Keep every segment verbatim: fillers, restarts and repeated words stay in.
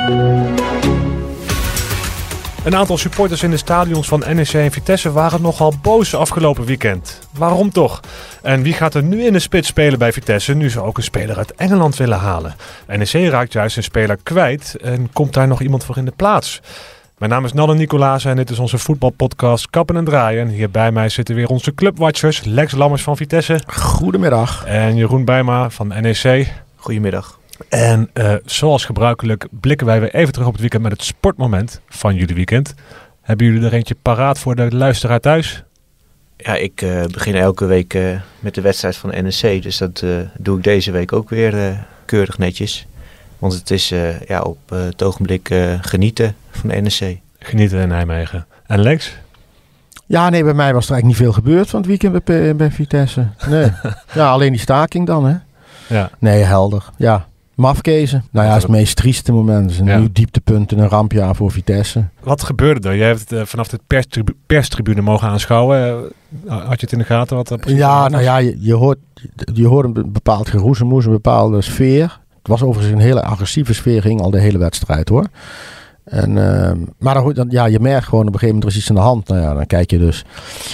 Een aantal supporters in de stadions van N E C en Vitesse waren nogal boos afgelopen weekend. Waarom toch? En wie gaat er nu in de spits spelen bij Vitesse, nu ze ook een speler uit Engeland willen halen? N E C raakt juist een speler kwijt en komt daar nog iemand voor in de plaats? Mijn naam is Nanne Nicolaas en dit is onze voetbalpodcast Kappen en Draaien. En hier bij mij zitten weer onze clubwatchers Lex Lammers van Vitesse. Goedemiddag. En Jeroen Bijma van N E C. Goedemiddag. En uh, zoals gebruikelijk blikken wij weer even terug op het weekend met het sportmoment van jullie weekend. Hebben jullie er eentje paraat voor de luisteraar thuis? Ja, ik uh, begin elke week uh, met de wedstrijd van N E C. Dus dat uh, doe ik deze week ook weer uh, keurig netjes. Want het is uh, ja, op uh, het ogenblik uh, genieten van N E C. Genieten in Nijmegen. En Lex? Ja, nee, bij mij was er eigenlijk niet veel gebeurd van het weekend bij, bij Vitesse. Nee. Ja, alleen die staking dan, hè? Ja. Nee, helder. Ja. Mafkezen. Nou ja, dat is het meest trieste moment. Het is een ja. nieuw dieptepunt en een rampjaar voor Vitesse. Wat gebeurde er? Jij hebt het uh, vanaf de perstribu- perstribune mogen aanschouwen. Uh, had je het in de gaten? Wat er ja, nou was? ja, je, je, hoort, je hoort een bepaald geroezemoes, een bepaalde sfeer. Het was overigens een hele agressieve sfeer, ging al de hele wedstrijd hoor. En, uh, maar dan, dan, ja, je merkt gewoon op een gegeven moment er is iets aan de hand. Nou ja, dan kijk je dus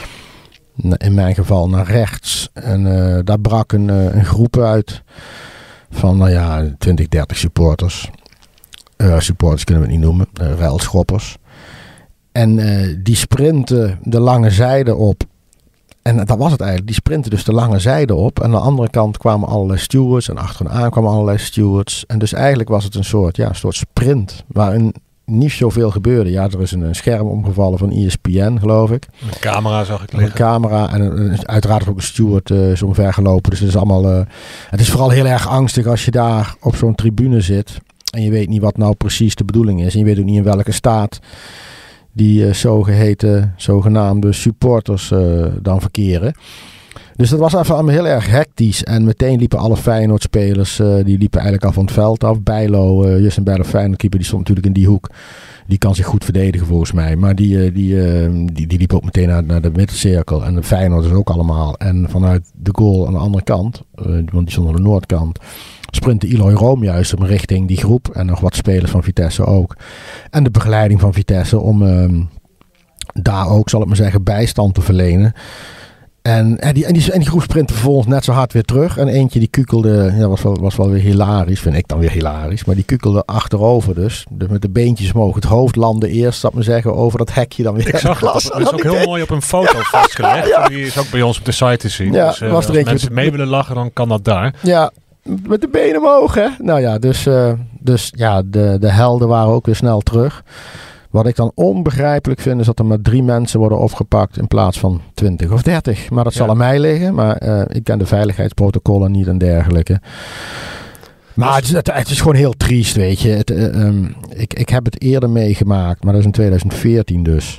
in mijn geval naar rechts. En uh, daar brak een, uh, een groep uit van nou ja, twintig, dertig supporters. Uh, supporters kunnen we het niet noemen. Uh, ruilschoppers. En uh, die sprinten de lange zijde op. En dat was het eigenlijk. Die sprinten dus de lange zijde op. En aan de andere kant kwamen allerlei stewards. En achter hen aan kwamen allerlei stewards. En dus eigenlijk was het een soort, ja, een soort sprint. Waarin niet zoveel gebeurde. Ja, er is een, een scherm omgevallen van E S P N, geloof ik. Een camera zag ik liggen. Een camera. En een, een, uiteraard ook een steward uh, is omvergelopen. Dus het is allemaal... Uh, het is vooral heel erg angstig als je daar op zo'n tribune zit. En je weet niet wat nou precies de bedoeling is. En je weet ook niet in welke staat die uh, zogeheten, zogenaamde supporters uh, dan verkeren. Dus dat was even allemaal heel erg hectisch. En meteen liepen alle Feyenoord-spelers, uh, die liepen eigenlijk al van het veld af. Bijlo, uh, Justin Bijlo, Feyenoord-keeper, die stond natuurlijk in die hoek. Die kan zich goed verdedigen volgens mij. Maar die, uh, die, uh, die, die liep ook meteen naar, naar de middencirkel. En de Feyenoorders ook allemaal. En vanuit de goal aan de andere kant, uh, want die stond aan de noordkant, sprintte Eloy Room juist om richting die groep. En nog wat spelers van Vitesse ook. En de begeleiding van Vitesse om uh, daar ook, zal ik maar zeggen, bijstand te verlenen. En, en, die, en, die, en die groep sprintte vervolgens net zo hard weer terug. En eentje die kukelde, ja, was wel, was wel weer hilarisch, vind ik dan weer hilarisch. Maar die kukelde achterover dus. Dus met de beentjes omhoog. Het hoofd landde eerst, zal ik maar zeggen, over dat hekje dan weer. Ik zag het, dat is ook heel mooi op een foto vastgelegd. Ja. Die is ook bij ons op de site te zien. Ja, dus uh, was er als mensen mee willen lachen, dan kan dat daar. Ja, met de benen omhoog, hè. Nou ja, dus, uh, dus ja, de, de helden waren ook weer snel terug. Wat ik dan onbegrijpelijk vind is dat er maar drie mensen worden opgepakt in plaats van twintig of dertig. Maar dat zal ja. aan mij liggen. Maar uh, ik ken de veiligheidsprotocollen niet en dergelijke. Maar het is, het, het is gewoon heel triest, weet je. Het, uh, um, ik, ik heb het eerder meegemaakt, maar dat is in twintig veertien dus.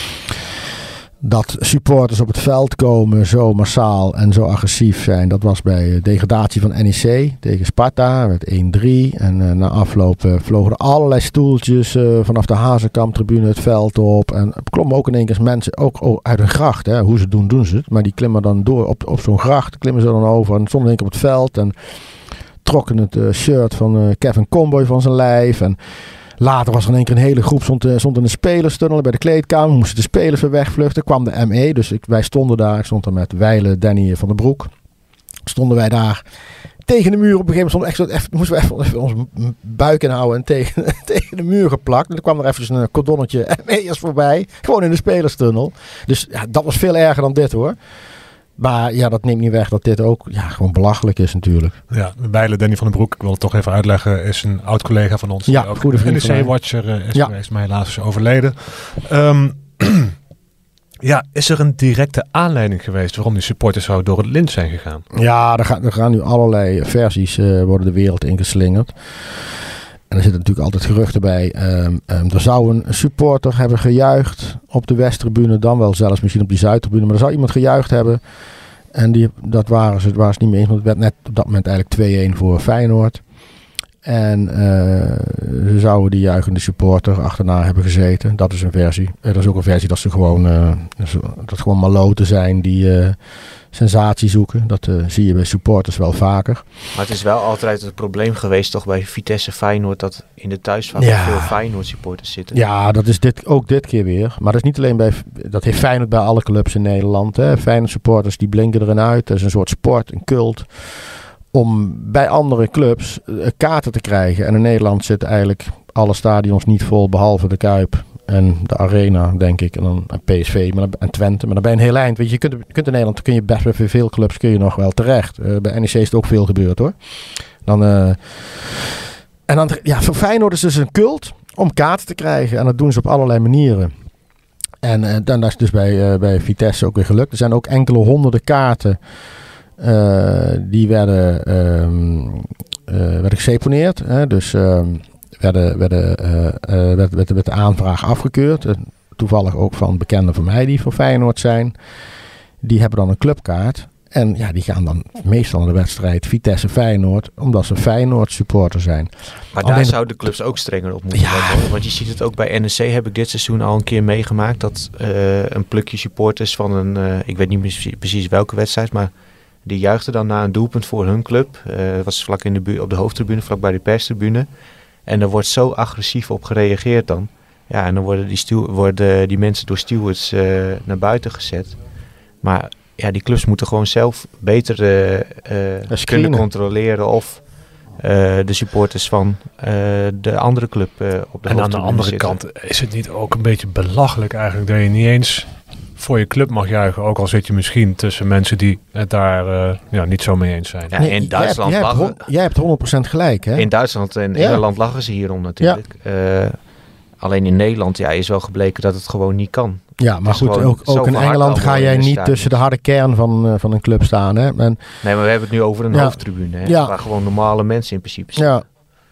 Dat supporters op het veld komen zo massaal en zo agressief zijn. Dat was bij de degradatie van N E C tegen Sparta. Met één drie. En uh, na afloop uh, vlogen er allerlei stoeltjes uh, vanaf de Hazenkamp-tribune het veld op. En er klommen ook in één keer mensen ook oh, uit een gracht. Hè. Hoe ze het doen, doen ze het. Maar die klimmen dan door op, op zo'n gracht. Klimmen ze dan over en stonden in één keer op het veld. En trokken het uh, shirt van uh, Kevin Comboy van zijn lijf. En later was er in één keer een hele groep, stond, stond in een spelerstunnel bij de kleedkamer. Moesten de spelers weer wegvluchten. Kwam de M E, dus ik, wij stonden daar. Ik stond daar met Weile, Danny van den Broek. Stonden wij daar tegen de muur. Op een gegeven moment stond echt, even, moesten we even, even onze buik inhouden en tegen, tegen de muur geplakt. En dan kwam er even een cordonnetje M E'ers voorbij. Gewoon in de spelerstunnel. Dus ja, dat was veel erger dan dit hoor. Maar ja, dat neemt niet weg dat dit ook ja, gewoon belachelijk is natuurlijk. Ja, Weile, Danny van den Broek, ik wil het toch even uitleggen, is een oud-collega van ons. Ja, goede vriend van N E C-watcher uh, is ja. geweest, maar helaas overleden. Um, ja, is er een directe aanleiding geweest waarom die supporters zo door het lint zijn gegaan? Ja, er gaan, er gaan nu allerlei versies uh, worden de wereld ingeslingerd. En er zitten natuurlijk altijd geruchten bij. Um, um, er zou een supporter hebben gejuicht op de Westtribune. Dan wel zelfs misschien op die Zuidtribune. Maar er zou iemand gejuicht hebben. En die, dat waren ze, waren ze niet mee eens. Want het werd net op dat moment eigenlijk twee-een voor Feyenoord. En uh, ze zouden die juichende supporter achterna hebben gezeten. Dat is een versie. Er is ook een versie dat ze gewoon, uh, dat gewoon maloten zijn die uh, sensatie zoeken. Dat uh, zie je bij supporters wel vaker. Maar het is wel altijd het probleem geweest toch bij Vitesse Feyenoord dat in de thuisvak ja. veel Feyenoord supporters zitten. Ja, dat is dit, ook dit keer weer. Maar dat is niet alleen bij, dat heeft Feyenoord bij alle clubs in Nederland. Hè. Feyenoord supporters die blinken erin uit. Dat is een soort sport, een cult. Om bij andere clubs uh, kaarten te krijgen. En in Nederland zitten eigenlijk alle stadions niet vol, behalve de Kuip en de Arena, denk ik. En dan en P S V maar dan, en Twente. Maar dan ben je een heel eind. Weet je, je kunt, je kunt in Nederland kun je best bij veel clubs kun je nog wel terecht. Uh, bij N E C is het ook veel gebeurd hoor. Dan, uh, en dan, ja, voor Feyenoord is het dus een cult om kaarten te krijgen. En dat doen ze op allerlei manieren. En uh, dan is het dus bij, uh, bij Vitesse ook weer gelukt. Er zijn ook enkele honderden kaarten. Uh, die werden, um, uh, werden geseponeerd. Hè? Dus um, werden, werden, uh, uh, werd, werd, werd de aanvraag afgekeurd. Uh, toevallig ook van bekenden van mij die voor Feyenoord zijn. Die hebben dan een clubkaart. En ja, die gaan dan meestal naar de wedstrijd Vitesse-Feyenoord. Omdat ze Feyenoord supporter zijn. Maar Alleen daar zouden de clubs ook strenger op moeten ja. letten. Want je ziet het ook bij N E C heb ik dit seizoen al een keer meegemaakt. Dat uh, een plukje supporters van een, uh, ik weet niet precies welke wedstrijd, maar die juichten dan na een doelpunt voor hun club. Uh, dat was vlak in de bu- op de hoofdtribune, vlak bij de perstribune. En er wordt zo agressief op gereageerd dan. Ja, en dan worden die, stu- worden die mensen door stewards uh, naar buiten gezet. Maar ja, die clubs moeten gewoon zelf beter uh, uh, kunnen controleren of uh, de supporters van uh, de andere club uh, op de En aan de andere zitten. kant is het niet ook een beetje belachelijk eigenlijk dat je niet eens voor je club mag juichen, ook al zit je misschien tussen mensen die het daar uh, ja, niet zo mee eens zijn. Ja, nee, in Duitsland jij hebt, jij lachen, hebt, jij hebt honderd procent gelijk, hè? In Duitsland en ja. Engeland lachen ze hierom natuurlijk. Ja. Uh, alleen in Nederland ja, is wel gebleken dat het gewoon niet kan. Ja, maar goed, ook, ook in Engeland ga jij niet stadions. tussen de harde kern van, uh, van een club staan. Hè? En, nee, maar we hebben het nu over een ja. hoofdtribune. Hè? Ja. Waar gewoon normale mensen in principe zitten. Ja.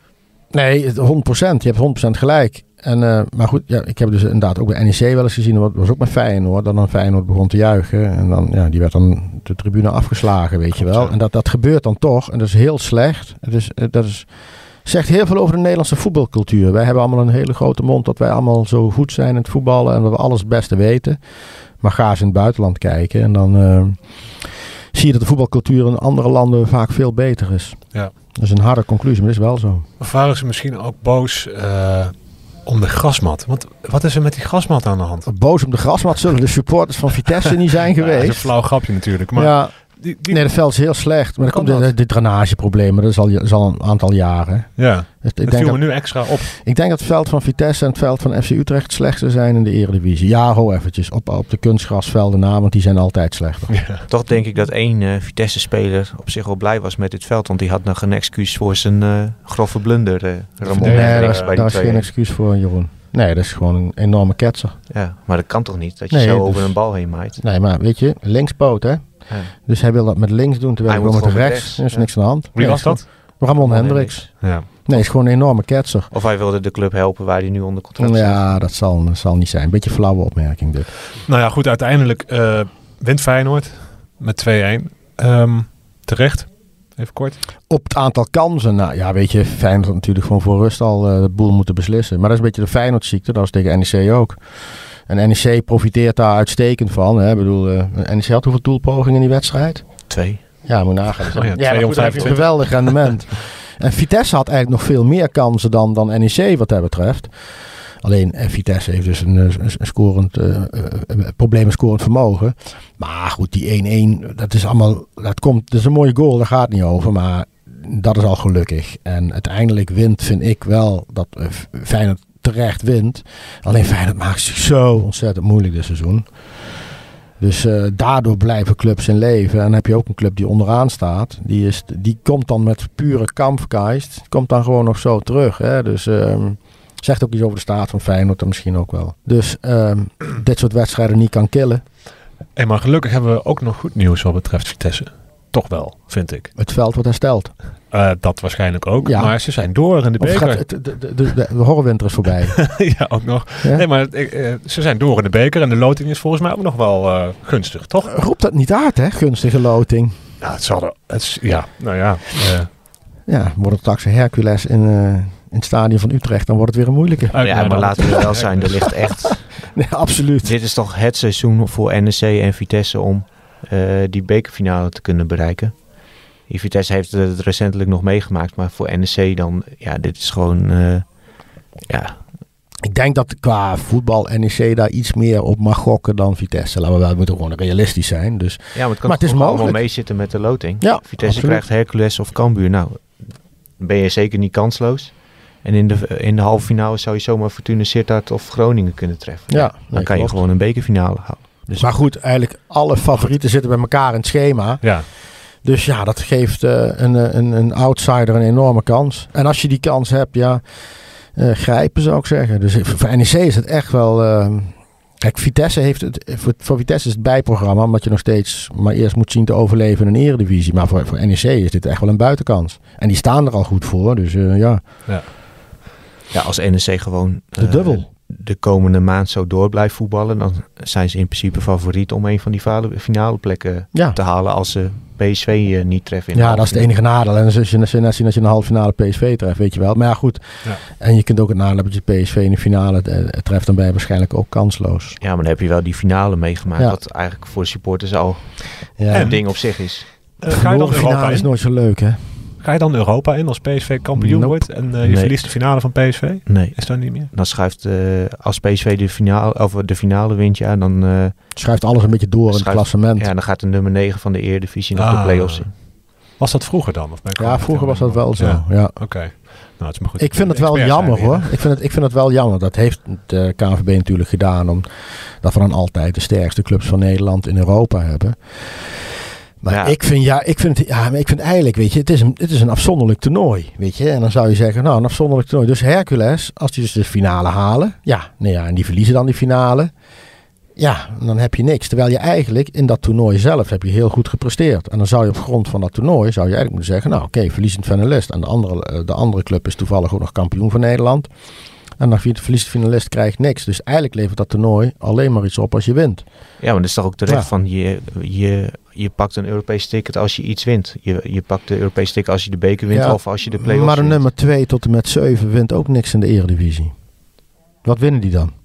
Nee, honderd procent. Je hebt honderd procent gelijk. En, uh, maar goed, ja, ik heb dus inderdaad ook bij N E C wel eens gezien. Dat was ook met Feyenoord. Dat dan Feyenoord begon te juichen. En dan, ja, die werd dan de tribune afgeslagen, weet je wel. En dat, dat gebeurt dan toch. En dat is heel slecht. Dus, dat is, zegt heel veel over de Nederlandse voetbalcultuur. Wij hebben allemaal een hele grote mond dat wij allemaal zo goed zijn in het voetballen. En dat we alles het beste weten. Maar ga eens in het buitenland kijken. En dan uh, zie je dat de voetbalcultuur in andere landen vaak veel beter is. Ja. Dat is een harde conclusie, maar dat is wel zo. Of waren ze misschien ook boos uh, om de grasmat? Want wat is er met die grasmat aan de hand? Boos om de grasmat zullen de supporters van Vitesse niet zijn geweest. Ja, dat is een flauw grapje natuurlijk. Maar ja, die, die... Nee, het veld is heel slecht. Maar dan komt de, de drainageproblemen. Dat is al, is al een aantal jaren. Ja, dus dat viel me dat, nu extra op. Ik denk dat het veld van Vitesse en het veld van F C Utrecht het slechtste zijn in de Eredivisie. Ja, ho eventjes. Op, op de kunstgrasvelden na, want die zijn altijd slechter. Ja. Toch denk ik dat één uh, Vitesse-speler op zich wel blij was met dit veld. Want die had nog een excuus voor zijn uh, grove blunder. Uh, Ramon nee, nee daar, bij daar is geen excuus voor, Jeroen. Nee, dat is gewoon een enorme ketser. Ja, maar dat kan toch niet? Dat je nee, zo dus, over een bal heen maait. Nee, maar weet je, linkspoot hè. Ja. Dus hij wil dat met links doen, terwijl hij gewoon met rechts. rechts. Er is ja. niks aan de hand. Wie was dat? Ramon, Ramon Hendricks. Ja. Nee, is gewoon een enorme ketser. Of hij wilde de club helpen waar hij nu onder contract zit. Ja, dat zal, dat zal niet zijn. Een beetje flauwe opmerking dit. Nou ja, goed. Uiteindelijk uh, wint Feyenoord met twee-een. Um, terecht. Even kort. Op het aantal kansen. Nou ja, weet je, Feyenoord had natuurlijk gewoon voor rust al uh, de boel moeten beslissen. Maar dat is een beetje de Feyenoord-ziekte. Dat was tegen N E C ook. En N E C profiteert daar uitstekend van. Hè. Ik bedoel, uh, N E C had hoeveel doelpogingen in die wedstrijd? Twee. Ja, moet nagaan. Oh ja, ja, goed, een geweldig rendement. En Vitesse had eigenlijk nog veel meer kansen dan, dan N E C wat dat betreft. Alleen Vitesse heeft dus een, een, een scorend uh, uh, probleem met scorend vermogen. Maar goed, die één-één, dat is allemaal, dat komt, dat is een mooie goal, daar gaat het niet over. Maar dat is al gelukkig. En uiteindelijk wint, vind ik wel, dat uh, Feyenoord terecht wint. Alleen Feyenoord maakt zich zo ontzettend moeilijk dit seizoen. Dus uh, daardoor blijven clubs in leven. En dan heb je ook een club die onderaan staat. Die, is, die komt dan met pure kampgeist. Komt dan gewoon nog zo terug. Hè? Dus um, zegt ook iets over de staat van Feyenoord dan misschien ook wel. Dus um, dit soort wedstrijden niet kan killen. Hey, maar gelukkig hebben we ook nog goed nieuws wat betreft Vitesse. Toch wel, vind ik. Het veld wordt hersteld. Uh, dat waarschijnlijk ook. Ja. Maar ze zijn door in de beker. Gaat, de, de, de, de, de horrorwinter is voorbij. Ja, ook nog. Ja? Nee, maar uh, ze zijn door in de beker. En de loting is volgens mij ook nog wel uh, gunstig, toch? Roept dat niet uit, hè? Gunstige loting. Ja, het zal er... Het, ja, nou ja. Uh, ja, wordt het straks een Hercules in, uh, in het stadion van Utrecht. Dan wordt het weer een moeilijke. Ja, ja maar laten we wel zijn. Er ligt echt... Nee, absoluut. Dit is toch het seizoen voor N E C en Vitesse om uh, die bekerfinale te kunnen bereiken. Die Vitesse heeft het recentelijk nog meegemaakt. Maar voor N E C dan... Ja, dit is gewoon... Uh, ja... Ik denk dat qua voetbal N E C daar iets meer op mag gokken dan Vitesse. Laten we wel, we moeten gewoon realistisch zijn. Dus. Ja, maar het kan maar het is allemaal meezitten met de loting. Ja, Vitesse absoluut. krijgt Hercules of Cambuur. Nou, dan ben je zeker niet kansloos. En in de, in de halve finale zou je zomaar Fortuna Sittard of Groningen kunnen treffen. Ja, dan nee, kan klopt. je gewoon een bekerfinale halen. Dus maar goed, eigenlijk alle favorieten zitten bij elkaar in het schema. Ja. Dus ja, dat geeft uh, een, een, een outsider een enorme kans. En als je die kans hebt, ja... Uh, grijpen zou ik zeggen. Dus voor N E C is het echt wel... Uh, kijk, Vitesse heeft het... Voor, voor Vitesse is het bijprogramma... omdat je nog steeds maar eerst moet zien te overleven in een eredivisie. Maar voor, voor N E C is dit echt wel een buitenkans. En die staan er al goed voor. Dus uh, ja. ja. Ja, als N E C gewoon... De uh, dubbel. De komende maand zo door blijft voetballen... dan zijn ze in principe favoriet om een van die finale plekken ja. te halen... als ze P S V uh, niet treffen. In ja, dat is het enige nadeel. En als je net zien als je een halve finale P S V treft, weet je wel. Maar ja, goed. Ja. En je kunt ook het nadeel hebben dat je P S V in de finale treft... dan ben je waarschijnlijk ook kansloos. Ja, maar dan heb je wel die finale meegemaakt... Ja. wat eigenlijk voor de supporters al ja. een ding op zich is. Uh, ga je dan de finale is nooit zo leuk, hè? Ga je dan Europa in als P S V kampioen nope. wordt en uh, je nee. verliest de finale van P S V? Nee. Is dat niet meer? Dan schuift uh, als P S V de finale, of de finale wint, ja, dan... Uh, schuift alles een beetje door in het klassement. Ja, dan gaat de nummer negen van de Eredivisie nog ah. de play-offs in. Was dat vroeger dan? Of ja, vroeger was dat wel zo. Ja. Ja. Oké. Okay. Nou, het is maar goed. Ik vind het wel jammer hoor. Ik vind het, ik vind het wel jammer. Dat heeft de K N V B natuurlijk gedaan. Omdat we dan altijd de sterkste clubs van Nederland in Europa hebben. Maar ja. ik vind ja, ik vind ja, maar ik vind eigenlijk, weet je, het is een, het is een afzonderlijk toernooi, weet je. En dan zou je zeggen, nou, een afzonderlijk toernooi. Dus Hercules, als die dus de finale halen, ja, nou ja, en die verliezen dan die finale, ja, dan heb je niks. Terwijl je eigenlijk in dat toernooi zelf heb je heel goed gepresteerd. En dan zou je op grond van dat toernooi, zou je eigenlijk moeten zeggen, nou, oké, okay, verliezend finalist. En de andere, de andere club is toevallig ook nog kampioen van Nederland. En dan verliest de finalist krijgt niks. Dus eigenlijk levert dat toernooi alleen maar iets op als je wint. Ja, maar dat is toch ook terecht ja. van je, je, je pakt een Europees ticket als je iets wint. Je, je pakt de Europees ticket als je de beker wint ja, of als je de play-offs maar de wint. nummer twee tot en met zeven wint ook niks in de Eredivisie. Wat winnen die dan?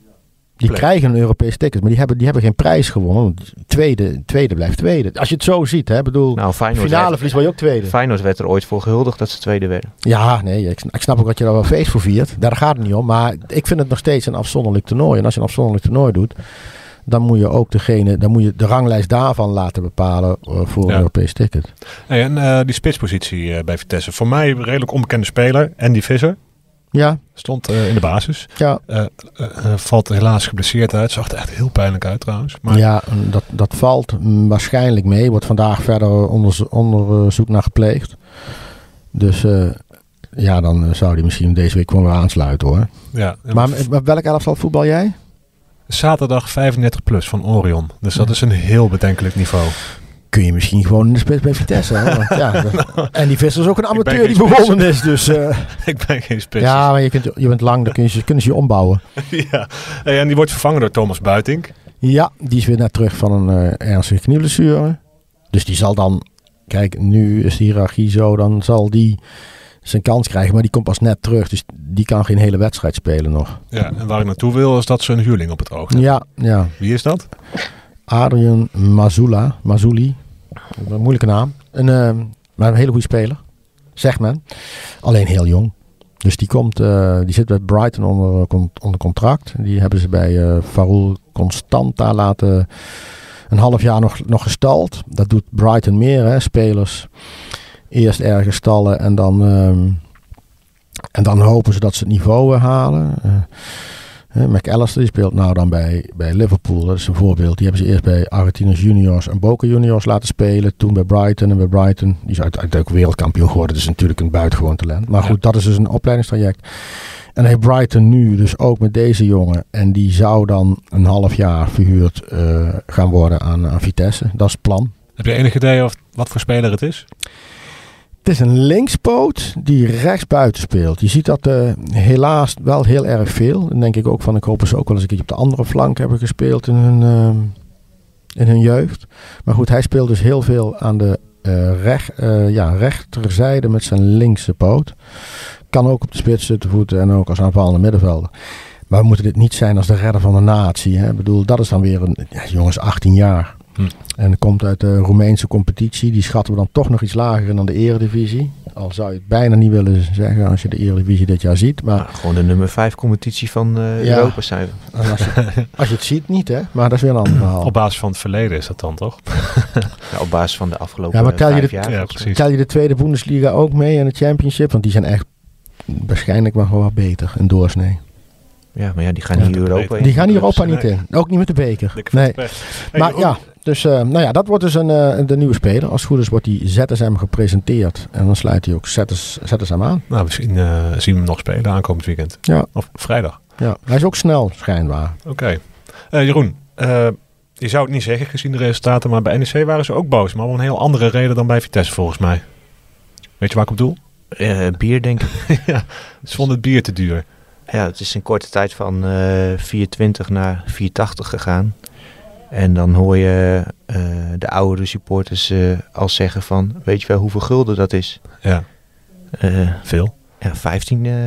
Die Play. krijgen een Europees ticket, maar die hebben, die hebben geen prijs gewonnen. Tweede, tweede blijft tweede. Als je het zo ziet, hè, bedoel, nou, finale verlies word je ook tweede. Feyenoord werd er ooit voor gehuldigd dat ze tweede werden. Ja, nee, ik, ik snap ook dat je daar wel feest voor viert. Daar gaat het niet om, maar ik vind het nog steeds een afzonderlijk toernooi. En als je een afzonderlijk toernooi doet, dan moet je ook degene, dan moet je de ranglijst daarvan laten bepalen uh, voor ja. een Europees ticket. Hey, en uh, die spitspositie uh, bij Vitesse, voor mij een redelijk onbekende speler, Andy Visser. Ja. Stond uh, in de basis. Ja. Uh, uh, uh, valt helaas geblesseerd uit. Zag er echt heel pijnlijk uit trouwens. Maar... Ja, dat, dat valt mm, waarschijnlijk mee. Wordt vandaag verder onderzo- onderzoek naar gepleegd. Dus uh, ja, dan uh, zou die misschien deze week gewoon weer aansluiten hoor. Ja, maar, maar welk elftal voetbal jij? Zaterdag vijfendertig plus van Orion. Dus dat is een heel bedenkelijk niveau. Kun je misschien gewoon in de spits bij Vitesse. Hè? Want, ja, dat, en die Visser is ook een amateur die begonnen is. Dus, uh, ik ben geen spits. Ja, maar je, kunt, je bent lang, dan kun je, kunnen ze je ombouwen. Ja, en die wordt vervangen door Thomas Buitink. Ja, die is weer net terug van een uh, ernstige knieblessure. Dus die zal dan, kijk, nu is de hiërarchie zo, dan zal die zijn kans krijgen. Maar die komt pas net terug, dus die kan geen hele wedstrijd spelen nog. Ja, en waar ik naartoe wil is dat ze een huurling op het oog hebben. Ja, ja. Wie is dat? Adrian Mazula, Mazzuli. Een moeilijke naam. Een, uh, maar een hele goede speler. Zegt men. Alleen heel jong. Dus die, komt, uh, die zit bij Brighton onder, onder contract. Die hebben ze bij uh, Farul Constanta laten een half jaar nog, nog gestald. Dat doet Brighton meer. Hè. Spelers eerst ergens stallen en dan, um, en dan hopen ze dat ze het niveau uh, halen. Uh, Uh, McAllister die speelt nou dan bij, bij Liverpool, dat is een voorbeeld. Die hebben ze eerst bij Argentinos Juniors en Boca Juniors laten spelen. Toen bij Brighton en bij Brighton. Die is uiteindelijk wereldkampioen geworden, dus natuurlijk een buitengewoon talent. Maar goed, ja. Dat is dus een opleidingstraject. En heeft Brighton nu dus ook met deze jongen. En die zou dan een half jaar verhuurd uh, gaan worden aan, aan Vitesse. Dat is het plan. Heb je enig idee of wat voor speler het is? Het is een linkspoot die rechtsbuiten speelt. Je ziet dat uh, helaas wel heel erg veel. Dan denk ik ook van, ik hoop ze ook wel eens een keer op de andere flank hebben gespeeld in hun, uh, in hun jeugd. Maar goed, hij speelt dus heel veel aan de uh, recht, uh, ja, rechterzijde met zijn linkse poot. Kan ook op de spits zitten voeten en ook als aanvallende middenvelder. Maar we moeten dit niet zijn als de redder van de natie. Hè? Ik bedoel, dat is dan weer een ja, jongens achttien jaar. Hm. En dat komt uit de Roemeense competitie. Die schatten we dan toch nog iets lager in dan de Eredivisie. Al zou je het bijna niet willen zeggen als je de Eredivisie dit jaar ziet. Maar nou, gewoon de nummer vijf competitie van uh, ja, Europa zijn we. Als je, als je het ziet niet, hè. Maar dat is weer een ander verhaal. Op basis van het verleden is dat dan toch? Ja, op basis van de afgelopen ja, maar tel je vijf de, jaar. Ja, tel je de tweede Bundesliga ook mee en de Championship? Want die zijn echt waarschijnlijk wel wat beter in doorsnee. Ja, maar ja, die gaan niet ja, Europa in. Die gaan niet Europa niet in. Ook niet met de beker. Nee. Hey, maar ja, dus uh, nou ja, dat wordt dus een, uh, de nieuwe speler. Als het goed is wordt die Z S M gepresenteerd. En dan sluit hij ook Z S M aan. Nou, misschien uh, zien we hem nog spelen aankomend weekend. Ja. Of vrijdag. Ja, hij is ook snel, schijnbaar. Oké. Okay. Uh, Jeroen, uh, je zou het niet zeggen gezien de resultaten, maar bij N E C waren ze ook boos. Maar om een heel andere reden dan bij Vitesse volgens mij. Weet je waar ik op doel? Uh, bier, denk ik. Ja, ze vonden het bier te duur. Ja, het is in korte tijd van uh, vier twintig naar vier tachtig gegaan. En dan hoor je uh, de oudere supporters uh, al zeggen van, weet je wel hoeveel gulden dat is? Ja, uh, veel. Ja, vijftien. Uh,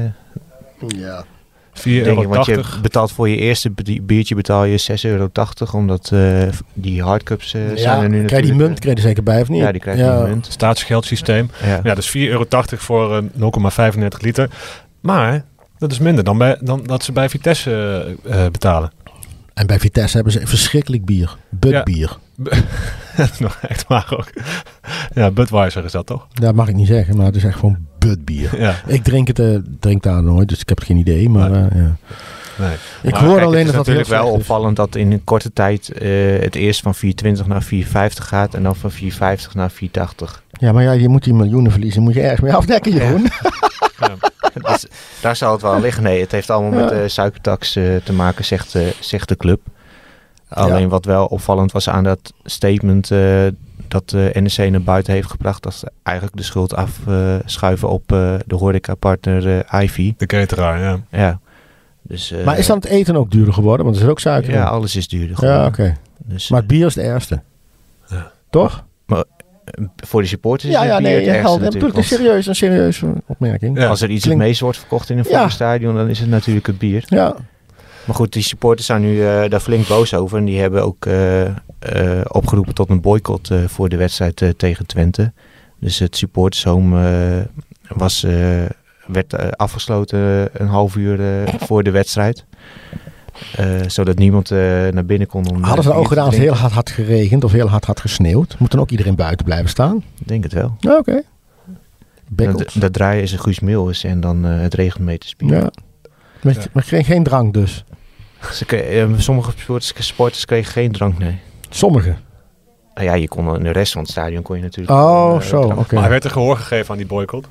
ja. vier euro tachtig. Want je betaalt voor je eerste biertje betaal je zes euro tachtig, omdat uh, die hardcups uh, ja, zijn er nu natuurlijk. Krijg je die munt, krijg je er zeker bij of niet? Ja, die krijg je ja. die munt. Staatsgeldsysteem. Ja, ja dus vier euro tachtig voor uh, nul komma vijfendertig liter. Maar dat is minder dan, bij, dan dat ze bij Vitesse uh, uh, betalen. En bij Vitesse hebben ze verschrikkelijk bier. Budbier. Ja. Dat is nog echt maar ook. Ja, Budweiser is dat toch? Dat mag ik niet zeggen, maar het is echt gewoon Budbier. Ja. Ik drink het, uh, drink daar nooit, dus ik heb geen idee. Maar nee. Uh, ja. Nee. Ik maar hoor kijk, alleen het is dat dat natuurlijk wel is. opvallend dat in een korte tijd uh, het eerst van vier twintig naar vier vijftig gaat en dan van vier vijftig naar vier tachtig. Ja, maar ja, je moet die miljoenen verliezen, moet je ergens mee afdekken, Jeroen. Ja. Ja. Dus, daar zal het wel aan liggen. Nee, het heeft allemaal ja. met de suikertax uh, te maken, zegt, uh, zegt de club. Alleen ja. wat wel opvallend was aan dat statement uh, dat de N E C naar buiten heeft gebracht, dat ze eigenlijk de schuld afschuiven uh, op uh, de horecapartner uh, Ivy. De cateraar, ja. Ja. Dus, uh, maar is dan het eten ook duurder geworden? Want er is ook suiker in. Ja, alles is duurder geworden. Ja, oké. Okay. Dus, maar het bier is de eerste. Ja. Toch? Maar voor de supporters ja, is ja, het bier nee, het ergste helder. natuurlijk. Het is serieus, een serieuze opmerking. Ja. Als er iets Klink... het meest wordt verkocht in een voetbalstadion, ja. dan is het natuurlijk het bier. Ja. Maar goed, die supporters zijn nu uh, daar flink boos over. En die hebben ook uh, uh, opgeroepen tot een boycott uh, voor de wedstrijd uh, tegen Twente. Dus het supportershome uh, was, uh, werd uh, afgesloten uh, een half uur uh, voor de wedstrijd. Uh, zodat niemand uh, naar binnen kon. Om, Hadden ze dat ook gedaan als het heel hard had geregend of heel hard had gesneeuwd? Moet dan ook iedereen buiten blijven staan? Ik denk het wel. Ja, oké. Okay. Dat draaien is een Guus Meeuwis en dan uh, het regent mee te spelen. Ja. Maar, ja. maar geen, geen drank dus? Ze kregen, uh, sommige sporters, sporters kregen geen drank, nee. Sommige? Uh, ja, je kon in de rest van het stadion kon je natuurlijk... Oh, uh, zo, oké. Okay. Maar werd er gehoor gegeven aan die boycott?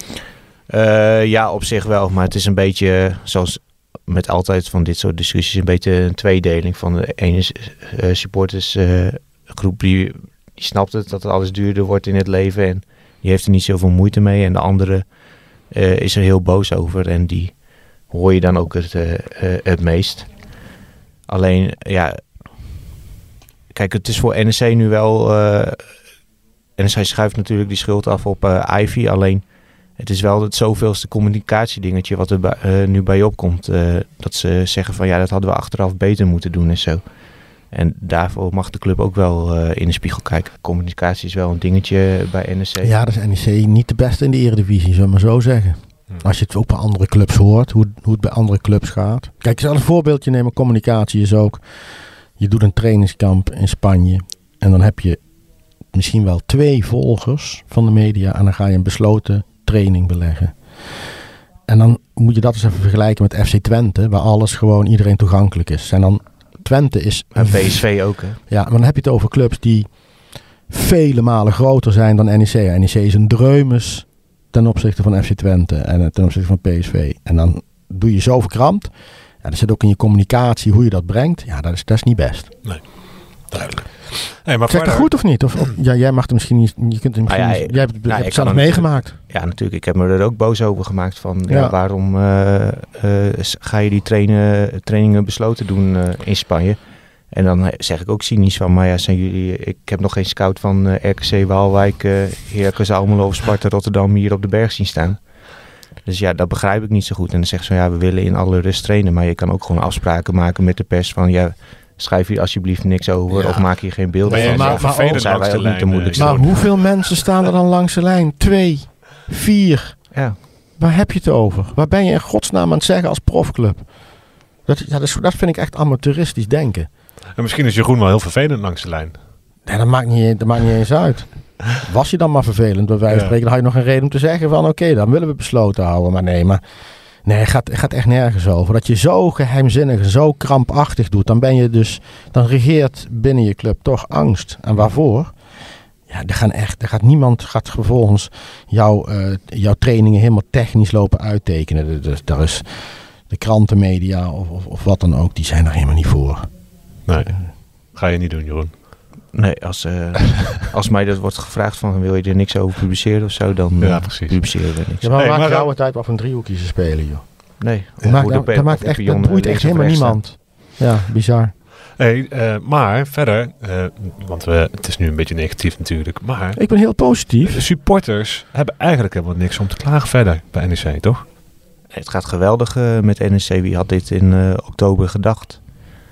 Uh, ja, op zich wel. Maar het is een beetje, zoals met altijd van dit soort discussies, een beetje een tweedeling. Van de ene uh, supportersgroep uh, die, die snapt het, dat het alles duurder wordt in het leven. En die heeft er niet zoveel moeite mee. En de andere uh, is er heel boos over. En die hoor je dan ook het, uh, uh, het meest. Alleen, ja... Kijk, het is voor N E C nu wel... Uh, N E C schuift natuurlijk die schuld af op uh, Ivy. Alleen, het is wel het zoveelste communicatiedingetje wat er bij, uh, nu bij opkomt. Uh, dat ze zeggen van, ja, dat hadden we achteraf beter moeten doen en zo. En daarvoor mag de club ook wel uh, in de spiegel kijken. Communicatie is wel een dingetje bij N E C. Ja, dat is N E C niet de beste in de Eredivisie, zullen we maar zo zeggen. Hmm. Als je het ook bij andere clubs hoort, hoe, hoe het bij andere clubs gaat. Kijk, ik zal een voorbeeldje nemen. Communicatie is ook... Je doet een trainingskamp in Spanje en dan heb je misschien wel twee volgers van de media en dan ga je een besloten training beleggen. En dan moet je dat eens even vergelijken met F C Twente, waar alles gewoon iedereen toegankelijk is. En dan Twente is... En P S V ook, hè? Ja, maar dan heb je het over clubs die vele malen groter zijn dan N E C. N E C is een dreumes ten opzichte van F C Twente en ten opzichte van P S V. En dan doe je zo verkrampt. Ja, dat zit ook in je communicatie, hoe je dat brengt. Ja, dat is, dat is niet best. Nee, duidelijk. Hey, maar zeg dat goed of niet? Of, of, ja, jij mag er misschien niet... Je kunt er misschien ah, ja, niet, jij hebt, nou, hebt het zelf meegemaakt. Ja, natuurlijk. Ik heb me er ook boos over gemaakt. Van, ja. Ja, waarom uh, uh, ga je die trainen, trainingen besloten doen uh, in Spanje? En dan zeg ik ook cynisch van, maar ja, zijn jullie, ik heb nog geen scout van uh, R K C Waalwijk, uh, Heracles Almelo of Sparta Rotterdam hier op de berg zien staan. Dus ja, dat begrijp ik niet zo goed. En dan zeggen ze van, ja, we willen in alle rust trainen, maar je kan ook gewoon afspraken maken met de pers van, ja, schrijf hier alsjeblieft niks over, ja. of maak hier geen beelden van. Maar, maar, maar, maar, zijn wij ook niet te moeilijk. Maar hoeveel mensen staan er dan langs de lijn? Twee, vier. Ja. Waar heb je het over? Waar ben je in godsnaam aan het zeggen als profclub? Dat, ja, dat, is, dat vind ik echt amateuristisch denken. En misschien is Jeroen wel heel vervelend langs de lijn. Nee, dat maakt niet, dat maakt niet eens uit. Was je dan maar vervelend, bij wijze van spreken, dan had je nog een reden om te zeggen van oké, okay, dan willen we besloten houden. Maar nee, maar nee, het gaat, het gaat echt nergens over. Dat je zo geheimzinnig en zo krampachtig doet, dan ben je dus, dan regeert binnen je club toch angst. En waarvoor? Ja, er gaan echt, er gaat niemand gaat vervolgens jouw, uh, jouw trainingen helemaal technisch lopen uittekenen. Dus daar is de krantenmedia of, of, of wat dan ook, die zijn er helemaal niet voor. Nee, ga je niet doen, Jeroen. Nee, als, uh, als mij dat wordt gevraagd van wil je er niks over publiceren of zo, dan ja, uh, publiceren we niks. Ja, maar nee, maakt maar jou het uit wat voor een driehoekje ze spelen, joh. Nee. Ja. Maakt, dat, dat, maakt echt, dat boeit echt helemaal niemand. Ja, bizar. Hey, uh, maar verder, uh, want we, het is nu een beetje negatief natuurlijk, maar... Ik ben heel positief. De supporters hebben eigenlijk helemaal niks om te klagen verder bij N E C, toch? Het gaat geweldig uh, met N E C. Wie had dit in uh, oktober gedacht?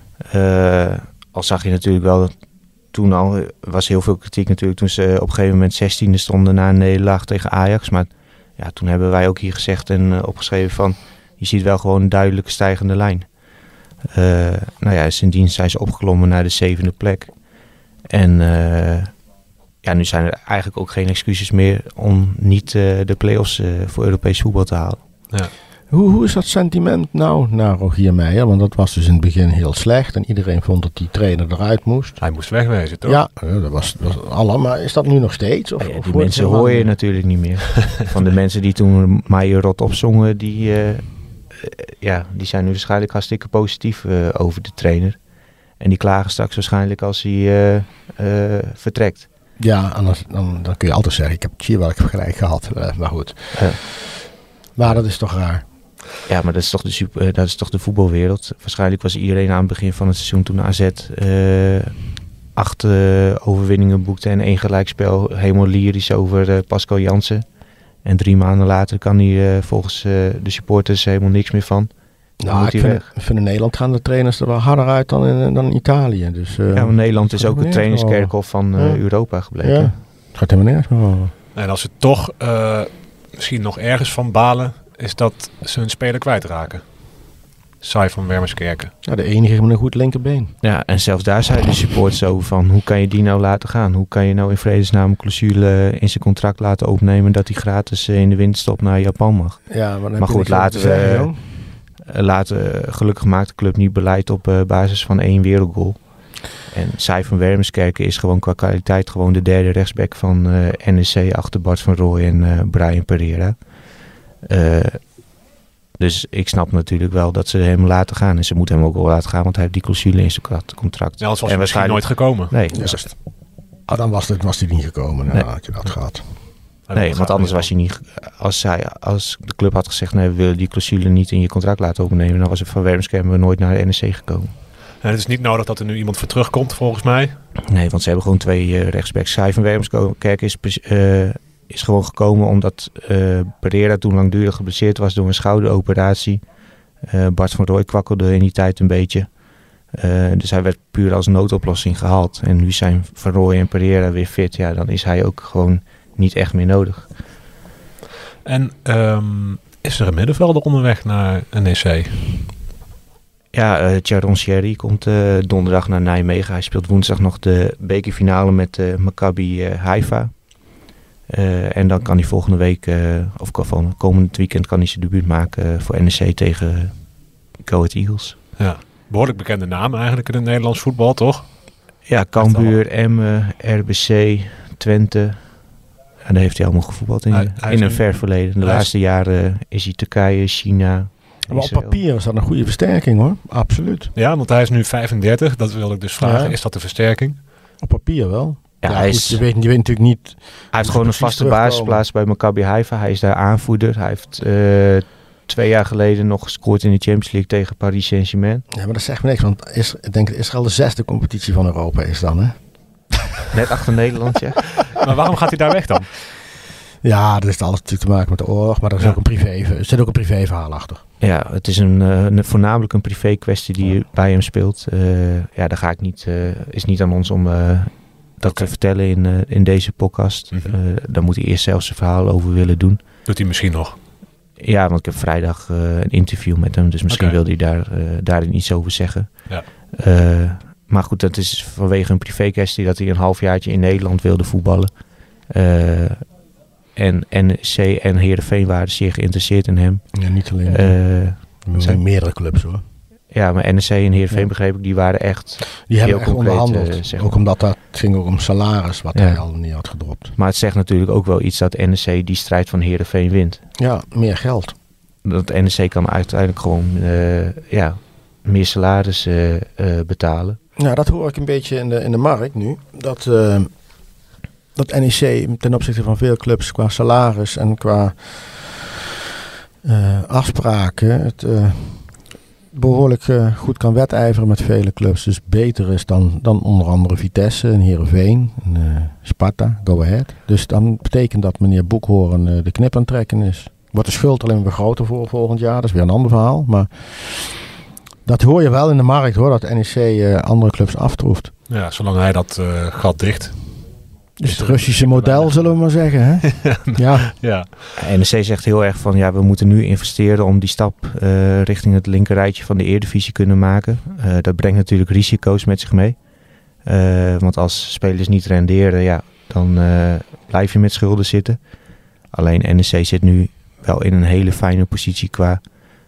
Uh, al zag je natuurlijk wel... Toen al was heel veel kritiek natuurlijk toen ze op een gegeven moment zestiende stonden na een nederlaag tegen Ajax. Maar ja, toen hebben wij ook hier gezegd en uh, opgeschreven van... Je ziet wel gewoon een duidelijke stijgende lijn. Uh, nou ja, sindsdien zijn ze opgeklommen naar de zevende plek. En uh, ja, nu zijn er eigenlijk ook geen excuses meer om niet uh, de play-offs uh, voor Europees voetbal te halen. Ja. Hoe, hoe is dat sentiment nou naar Rogier Meijer? Want dat was dus in het begin heel slecht. En iedereen vond dat die trainer eruit moest. Hij moest wegwezen, toch? Ja, dat was, dat was alle. Maar is dat nu nog steeds? Of, ja, of die mensen hoor je natuurlijk niet meer. Van de mensen die toen Meijer rot opzongen, die, uh, uh, ja, die zijn nu waarschijnlijk hartstikke positief uh, over de trainer. En die klagen straks waarschijnlijk als hij uh, uh, vertrekt. Ja, anders, dan, dan kun je altijd zeggen, ik heb hier wel gelijk gehad. Uh, maar goed. Uh, maar dat is toch raar. Ja, maar dat is toch de, super, uh, dat is toch de voetbalwereld. Waarschijnlijk was iedereen aan het begin van het seizoen toen A Z uh, acht uh, overwinningen boekte en één gelijkspel helemaal lyrisch over uh, Pascal Jansen. En drie maanden later kan hij uh, volgens uh, de supporters helemaal niks meer van. Nou, ik vind, ik vind in Nederland gaan de trainers er wel harder uit dan in, dan in Italië. Dus, uh, ja, maar Nederland is ook het trainingskerkhof van uh, ja. Europa gebleken. Ja, het gaat helemaal nergens meer over. En als ze toch uh, misschien nog ergens van balen, is dat ze hun speler kwijtraken. Sai van Wermerskerken. Ja, de enige met een goed linkerbeen. Ja, en zelfs daar zijn de supporters over van, hoe kan je die nou laten gaan? Hoe kan je nou in vredesnaam een clausule in zijn contract laten opnemen dat hij gratis in de winterstop naar Japan mag? Ja, maar, maar goed, laten we... Zeggen, Laten gelukkig maakt de club niet beleid op uh, basis van één wereldgoal. En Sai van Wermerskerken is gewoon qua kwaliteit gewoon de derde rechtsback van uh, N E C achter Bart van Rooij en uh, Brian Pereira. Uh, dus ik snap natuurlijk wel dat ze hem laten gaan. En ze moeten hem ook wel laten gaan, want hij heeft die clausule in zijn contract. Ja, anders was hij misschien nooit gekomen. Nee, ja, dus, ah, dan was het was hij niet gekomen. Nou, nee. Had je dat gehad. Nee, want anders was hij niet... Als, zij, als de club had gezegd, nee, we willen die clausule niet in je contract laten opnemen, dan was er van Wermerskerken nooit naar de N E C gekomen. En het is niet nodig dat er nu iemand voor terugkomt, volgens mij. Nee, want ze hebben gewoon twee uh, rechtsbacks. Sai van Wermerskerken is, uh, is gewoon gekomen omdat uh, Pereira toen langdurig geblesseerd was door een schouderoperatie. Uh, Bart van Rooij kwakkelde in die tijd een beetje. Uh, dus hij werd puur als noodoplossing gehaald. En nu zijn Van Rooij en Pereira weer fit. Ja, dan is hij ook gewoon niet echt meer nodig. En um, is er een middenvelder onderweg naar N E C? Ja, uh, Tjaron Sherry komt uh, donderdag naar Nijmegen. Hij speelt woensdag nog de bekerfinale met uh, Maccabi uh, Haifa. Uh, en dan kan hij volgende week, uh, of van komend weekend, kan hij zijn debuut maken uh, voor N E C tegen Go Ahead Eagles. Ja, behoorlijk bekende naam eigenlijk in het Nederlands voetbal, toch? Ja, Cambuur, Emmen, R B C, Twente. En daar heeft hij allemaal gevoetbald in, hij, hij in een ver verleden. De laatste is... jaren is hij Turkije, China. Maar op papier is dat een goede versterking, hoor. Absoluut. Ja, want hij is nu vijfendertig. Dat wil ik dus vragen. Ja. Is dat de versterking? Op papier wel. Ja, ja hij goed, is, je, weet, je weet natuurlijk niet... Hij heeft gewoon een vaste basisplaats bij Maccabi Haifa. Hij is daar aanvoerder. Hij heeft uh, twee jaar geleden nog gescoord in de Champions League tegen Paris Saint-Germain. Ja, maar dat zegt me niks, want is, ik denk dat Israël de zesde competitie van Europa is dan, hè? Net achter Nederland, ja. Maar waarom gaat hij daar weg dan? Ja, dat heeft alles natuurlijk te maken met de oorlog, maar er, is Ja. ook een privé, er zit ook een privéverhaal achter. Ja, het is een, uh, een voornamelijk een privé kwestie die bij hem speelt. Uh, ja, daar ga ik niet, uh, is niet aan ons om uh, dat Okay. te vertellen in, uh, in deze podcast. Mm-hmm. Uh, daar moet hij eerst zelf zijn verhaal over willen doen. Doet hij misschien nog? Ja, want ik heb vrijdag uh, een interview met hem, dus misschien Okay. wil hij daar, uh, daarin iets over zeggen. Ja. Uh, maar goed, dat is vanwege een privé kwestie dat hij een halfjaartje in Nederland wilde voetballen. Uh, en N E C en Heerenveen waren zeer geïnteresseerd in hem. Ja, niet alleen. Uh, er zijn meerdere clubs hoor. Ja, maar N E C en Heerenveen Ja. begreep ik, die waren echt Die heel hebben echt concreet, onderhandeld. uh, zeg maar. Ook omdat dat het ging ook om salaris, wat Ja. hij al niet had gedropt. Maar het zegt natuurlijk ook wel iets dat N E C die strijd van Heerenveen wint. Ja, meer geld. Dat N E C kan uiteindelijk gewoon uh, ja, meer salaris uh, uh, betalen. Nou, dat hoor ik een beetje in de, in de markt nu. Dat, uh, dat N E C ten opzichte van veel clubs qua salaris en qua uh, afspraken het uh, behoorlijk uh, goed kan wedijveren met vele clubs. Dus beter is dan, dan onder andere Vitesse en Heerenveen en uh, Sparta, Go Ahead. Dus dan betekent dat meneer Boekhoorn uh, de knip aan het trekken is. Wordt de schuld alleen weer groter voor volgend jaar. Dat is weer een ander verhaal. Maar dat hoor je wel in de markt hoor. Dat N E C uh, andere clubs aftroeft. Ja, zolang hij dat uh, gat dicht. Dus het Russische model zullen we maar zeggen. Hè? Ja. Ja. N E C zegt heel erg van ja, we moeten nu investeren om die stap uh, richting het linkerrijtje van de Eredivisie kunnen maken. Uh, dat brengt natuurlijk risico's met zich mee. Uh, want als spelers niet renderen, ja, dan uh, blijf je met schulden zitten. Alleen N E C zit nu wel in een hele fijne positie qua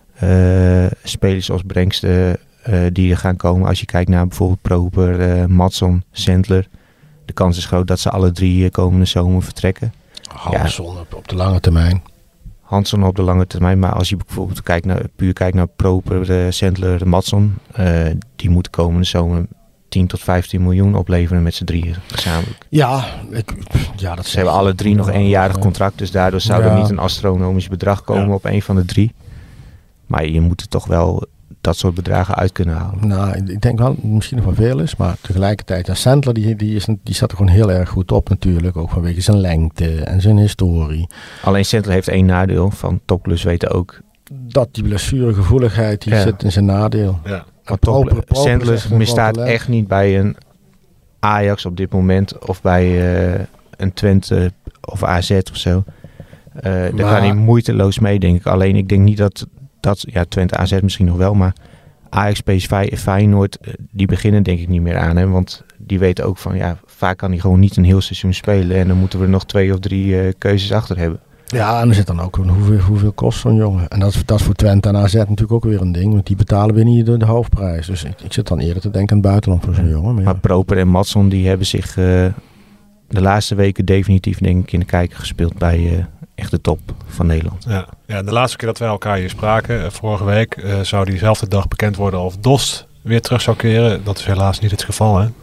uh, spelers als Brenksten uh, die er gaan komen. Als je kijkt naar bijvoorbeeld Proper, uh, Madsson, Sandler. De kans is groot dat ze alle drie uh, komende zomer vertrekken. Hansson op, op de lange termijn. Hansson op de lange termijn. Maar als je bijvoorbeeld kijkt naar, puur kijkt naar Proper, uh, Sandler, Madsson. Uh, die moeten komende zomer tien tot vijftien miljoen opleveren met z'n drieën gezamenlijk. Ja, ik, ja dat Ze hebben alle drie nog eenjarig contract. Dus daardoor zou ja. er niet een astronomisch bedrag komen ja. op een van de drie. Maar je moet er toch wel dat soort bedragen uit kunnen halen. Nou, ik denk wel misschien nog wel veel is. Maar tegelijkertijd, ja, Sandler die, die, is, die staat er gewoon heel erg goed op natuurlijk. Ook vanwege zijn lengte en zijn historie. Alleen Sandler heeft één nadeel. Van topclubs weten ook. Dat die blessuregevoeligheid die ja. zit in zijn nadeel. Ja. Maar Proper, Sandler misstaat echt niet bij een Ajax op dit moment. Of bij uh, een Twente of A Z of zo. Uh, daar kan hij moeiteloos mee, denk ik. Alleen ik denk niet dat... dat ja, Twente, A Z misschien nog wel. Maar Ajax, P S V, Feyenoord... die beginnen denk ik niet meer aan hem. Want die weten ook van... ja, vaak kan hij gewoon niet een heel seizoen spelen. En dan moeten we er nog twee of drie uh, keuzes achter hebben. Ja, en er zit dan ook hoeveel, hoeveel kost zo'n jongen. En dat is, dat is voor Twente en A Z natuurlijk ook weer een ding. Want die betalen weer niet de, de hoofdprijs. Dus ik, ik zit dan eerder te denken aan het buitenland voor zo'n ja. jongen. Maar, maar ja. Proper en Madsson die hebben zich uh, de laatste weken definitief denk ik in de kijker gespeeld bij uh, echt de top van Nederland. Ja. Ja, de laatste keer dat wij elkaar hier spraken, uh, vorige week, uh, zou diezelfde dag bekend worden of Dost weer terug zou keren. Dat is helaas niet het geval, hè?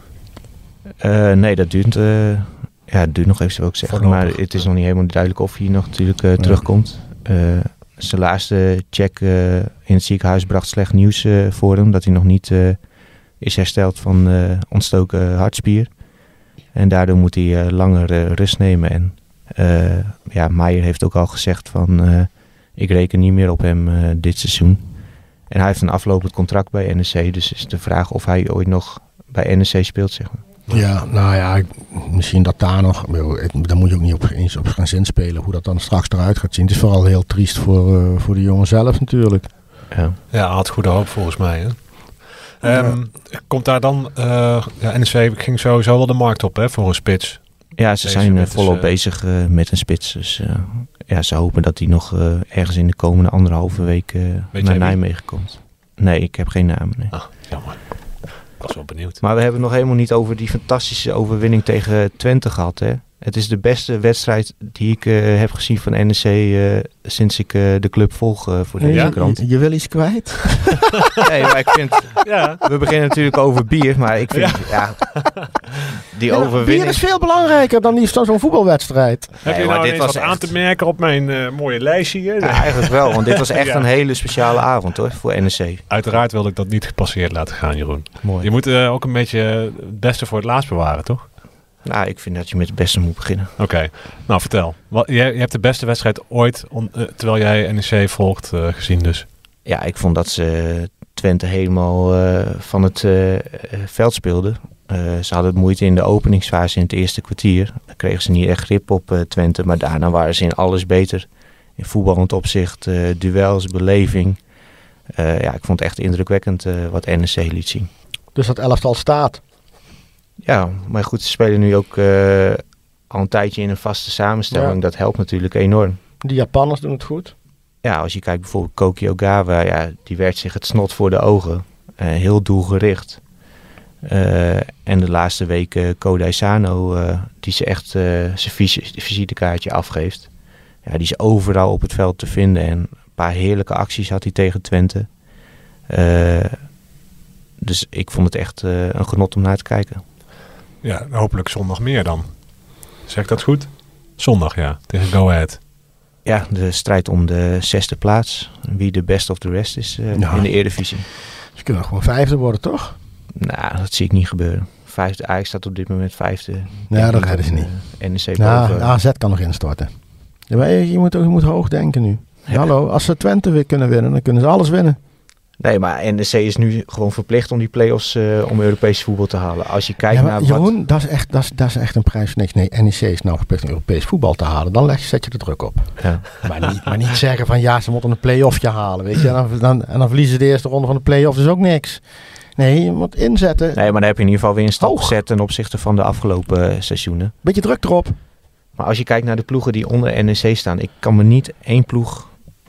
Uh, nee, dat duurt... Uh, Ja, het duurt nog even, wil ik zeggen. Voorlopig. Maar het is nog niet helemaal duidelijk of hij nog natuurlijk uh, ja. terugkomt. Uh, zijn laatste check uh, in het ziekenhuis bracht slecht nieuws uh, voor hem. Dat hij nog niet uh, is hersteld van uh, ontstoken hartspier. En daardoor moet hij uh, langer uh, rust nemen. En uh, ja, Meijer heeft ook al gezegd van... Uh, ik reken niet meer op hem uh, dit seizoen. En hij heeft een aflopend contract bij N E C. Dus is de vraag of hij ooit nog bij N E C speelt, zeg maar. Ja, nou ja, misschien dat daar nog... Daar moet je ook niet op, eens op gaan zinspelen hoe dat dan straks eruit gaat zien. Het is vooral heel triest voor, uh, voor de jongen zelf natuurlijk. Ja, ja, hij had goede hoop volgens mij. Hè? Ja. Um, komt daar dan... Uh, ja, N E C ging sowieso wel de markt op hè, voor een spits. Ja, ze Deze zijn uh, volop uh, bezig uh, met een spits. Dus uh, ja, ze hopen dat hij nog uh, ergens in de komende anderhalve week uh, naar Nijmegen komt. Nee, ik heb geen naam. Nee. Ah, jammer. Ik was wel benieuwd. Maar we hebben nog helemaal niet over die fantastische overwinning tegen Twente gehad. Hè? Het is de beste wedstrijd die ik uh, heb gezien van N E C uh, sinds ik uh, de club volg uh, voor deze ja? krant. Je, je wil iets kwijt? Nee, maar ik vind... Ja. We beginnen natuurlijk over bier, maar ik vind... Ja. Ja, die ja, overwinning... Bier is veel belangrijker dan die, zo'n voetbalwedstrijd. Heb nee, je nou dit eens was wat echt... aan te merken op mijn uh, mooie lijstje hier? Ja, eigenlijk wel, want dit was echt ja. een hele speciale avond hoor, voor N E C. Uiteraard wilde ik dat niet gepasseerd laten gaan, Jeroen. Mooi. Je moet uh, ook een beetje het beste voor het laatst bewaren, toch? Nou, ik vind dat je met het beste moet beginnen. Oké, okay. Nou vertel. Wat, je, je hebt de beste wedstrijd ooit, on, uh, terwijl jij N E C volgt, uh, gezien dus. Ja, ik vond dat ze Twente helemaal uh, van het uh, veld speelden. Uh, ze hadden het moeite in de openingsfase in het eerste kwartier. Dan kregen ze niet echt grip op uh, Twente, maar daarna waren ze in alles beter. In voetballend opzicht, uh, duels, beleving. Uh, ja, ik vond het echt indrukwekkend uh, wat N E C liet zien. Dus dat elftal staat? Ja, maar goed, ze spelen nu ook uh, al een tijdje in een vaste samenstelling. Ja. Dat helpt natuurlijk enorm. Die Japanners doen het goed. Ja, als je kijkt bijvoorbeeld Koki Ogawa, ja, die werkt zich het snot voor de ogen. Uh, heel doelgericht. Uh, en de laatste weken Kodai Sano, uh, die ze echt uh, zijn vis- visitekaartje afgeeft. Ja, die is overal op het veld te vinden. En een paar heerlijke acties had hij tegen Twente. Uh, dus ik vond het echt uh, een genot om naar te kijken. Ja, hopelijk zondag meer dan. Zeg ik dat goed? Zondag, ja. Tegen Go Ahead. Ja, de strijd om de zesde plaats. Wie de best of the rest is uh, nou, in de Eredivisie. Ze kunnen gewoon vijfde worden, toch? Nou, dat zie ik niet gebeuren. Vijfde, Ajax staat op dit moment vijfde. Ja, dat redden ze niet. Uh, N E C nou, boven. A Z kan nog instorten. Ja, maar je, je, moet, je moet hoog denken nu. Ja. Hallo, als ze Twente weer kunnen winnen, dan kunnen ze alles winnen. Nee, maar N E C is nu gewoon verplicht om die play-offs uh, om Europees voetbal te halen. Als je kijkt ja, maar, naar Jeroen, wat... dat is, echt, dat, is, dat is echt een prijs van niks. Nee, N E C is nou verplicht om Europees voetbal te halen. Dan leg je, zet je de druk op. Ja. Maar, niet, maar niet zeggen van ja, ze moeten een play-offje halen. Weet je? En, dan, dan, en dan verliezen ze de eerste ronde van de play-off. Dat is ook niks. Nee, je moet inzetten. Nee, maar dan heb je in ieder geval weer een stap gezet ten opzichte van de afgelopen uh, seizoenen. Beetje druk erop. Maar als je kijkt naar de ploegen die onder N E C staan. Ik kan me niet één ploeg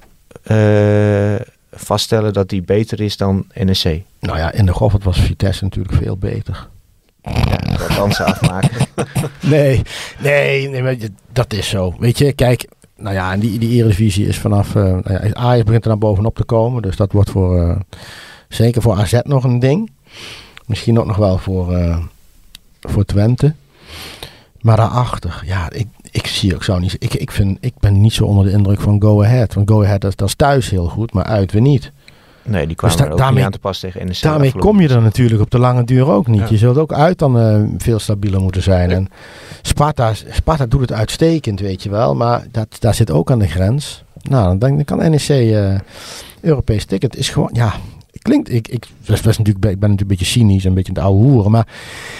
uh, vaststellen dat die beter is dan N E C. Nou ja, in de Goffert was Vitesse natuurlijk veel beter. Ja, dat dansen afmaken. Nee, nee, nee, maar dat is zo. Weet je, kijk, nou ja, en die, die Eredivisie is vanaf... Uh, nou ja, Ajax begint er naar bovenop te komen. Dus dat wordt voor... Uh, zeker voor A Z nog een ding. Misschien ook nog wel voor, uh, voor Twente. Maar daarachter, ja, ik, ik zie ook zo niet... Ik, ik, vind, ik ben niet zo onder de indruk van Go Ahead. Want Go Ahead, dat, dat is thuis heel goed, maar uit weer niet. Nee, die kwamen dus da- er ook daarmee, niet aan te pas tegen N E C. Daarmee kom je er natuurlijk op de lange duur ook niet. Ja. Je zult ook uit dan uh, veel stabieler moeten zijn. Ja. En Sparta, Sparta doet het uitstekend, weet je wel. Maar dat, daar zit ook aan de grens. Nou, dan, dan kan N E C uh, Europees ticket. Is gewoon, ja... Klinkt, ik, ik, best, best natuurlijk, ik ben natuurlijk een beetje cynisch en een beetje het oude hoeren, maar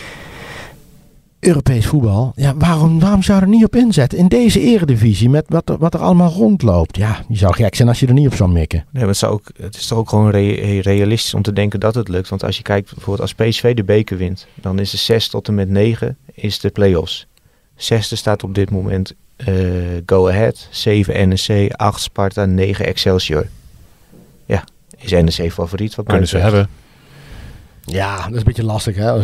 Europees voetbal, ja, waarom, waarom zou je er niet op inzetten? In deze eredivisie, met wat er, wat er allemaal rondloopt. Ja, je zou gek zijn als je er niet op zou mikken. Nee, maar het, zou ook, het is toch ook gewoon re- realistisch om te denken dat het lukt. Want als je kijkt, bijvoorbeeld als P S V de beker wint, dan is de zes tot en met negen is de play-offs. Zesde staat op dit moment uh, Go Ahead, zeven N E C, acht Sparta, negen Excelsior. Ja, is N E C favoriet? Wat kunnen ze hebben? Ja, dat is een beetje lastig, hè.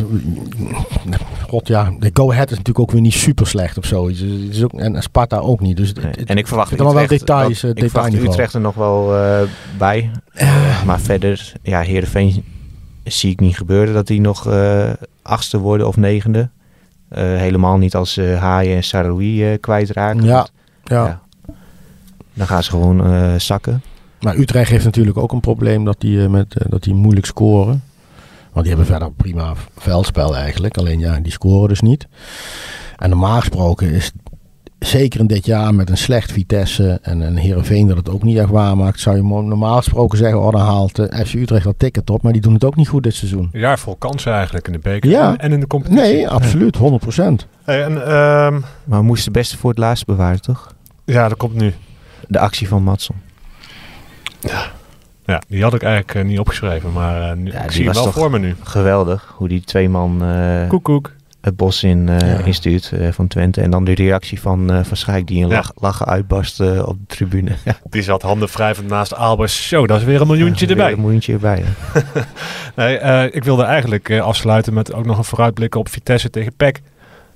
God, ja. De Go Ahead is natuurlijk ook weer niet super slecht of zo. Het is ook, en Sparta ook niet. Dus het, nee. het, en ik verwacht Utrecht, wel details, dat, ik verwacht Utrecht er nog wel uh, bij. Uh, maar verder, ja, Heerenveen zie ik niet gebeuren dat die nog uh, achtste worden of negende. Uh, helemaal niet als uh, Haaien en Saroui uh, kwijtraken. Ja, want, ja. ja. Dan gaan ze gewoon uh, zakken. Maar Utrecht heeft natuurlijk ook een probleem dat die, uh, met, uh, dat die moeilijk scoren. Want die hebben verder prima veldspel eigenlijk. Alleen ja, die scoren dus niet. En normaal gesproken is zeker in dit jaar met een slecht Vitesse en een Heerenveen dat het ook niet echt waarmaakt, zou je normaal gesproken zeggen, oh dan haalt uh, F C Utrecht dat ticket op. Maar die doen het ook niet goed dit seizoen. Een jaar vol kansen eigenlijk in de beker ja. en in de competitie. Nee, absoluut, honderd procent. Hey, en, um, maar we moesten het beste voor het laatst bewaren, toch? Ja, dat komt nu. De actie van Maatson. Ja. Ja, die had ik eigenlijk uh, niet opgeschreven, maar uh, nu, ja, ik zie hem wel voor me nu. Geweldig, hoe die twee man uh, koek, koek. het bos in uh, ja. instuurt uh, van Twente. En dan de reactie van uh, Van Schaik die een ja. lach, lachen uitbarst uh, op de tribune. Ja. Die zat handen wrijvend naast Albers. Zo, dat is weer een miljoentje ja, erbij. Weer een miljoentje erbij. Ja. nee, uh, ik wilde eigenlijk uh, afsluiten met ook nog een vooruitblik op Vitesse tegen P E C.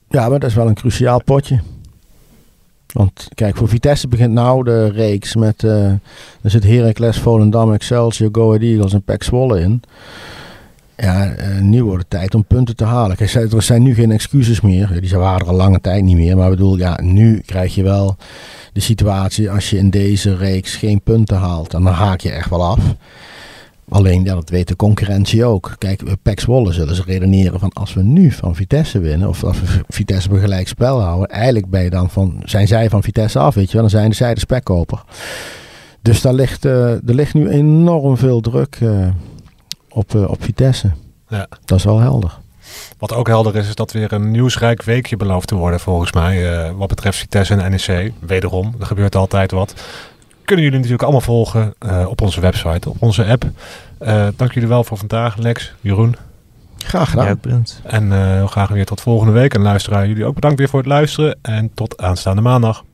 Ja, maar dat is wel een cruciaal potje. Want kijk, voor Vitesse begint nou de reeks met... Uh, er zit Heracles, Volendam, Excelsior, Go Ahead Eagles en P E C Zwolle in. Ja, uh, nu wordt het tijd om punten te halen. Kijk, er zijn nu geen excuses meer. Die waren er al lange tijd niet meer. Maar ik bedoel, ja, nu krijg je wel de situatie als je in deze reeks geen punten haalt. En dan haak je echt wel af. Alleen, ja, dat weet de concurrentie ook. Kijk, P E C Zwolle zullen ze redeneren van als we nu van Vitesse winnen, of als we Vitesse op gelijk spel houden, eigenlijk ben je dan van, zijn zij van Vitesse af, weet je wel, dan zijn zij de spekkoper. Dus daar ligt, uh, er ligt nu enorm veel druk uh, op, uh, op Vitesse. Ja. Dat is wel helder. Wat ook helder is, is dat weer een nieuwsrijk weekje belooft te worden, volgens mij, uh, wat betreft Vitesse en N E C. Wederom, er gebeurt altijd wat. Kunnen jullie natuurlijk allemaal volgen uh, op onze website, op onze app. Uh, dank jullie wel voor vandaag, Lex, Jeroen. Graag gedaan. Ja, bedankt. En uh, graag weer tot volgende week. En luisteraar, jullie ook bedankt weer voor het luisteren. En tot aanstaande maandag.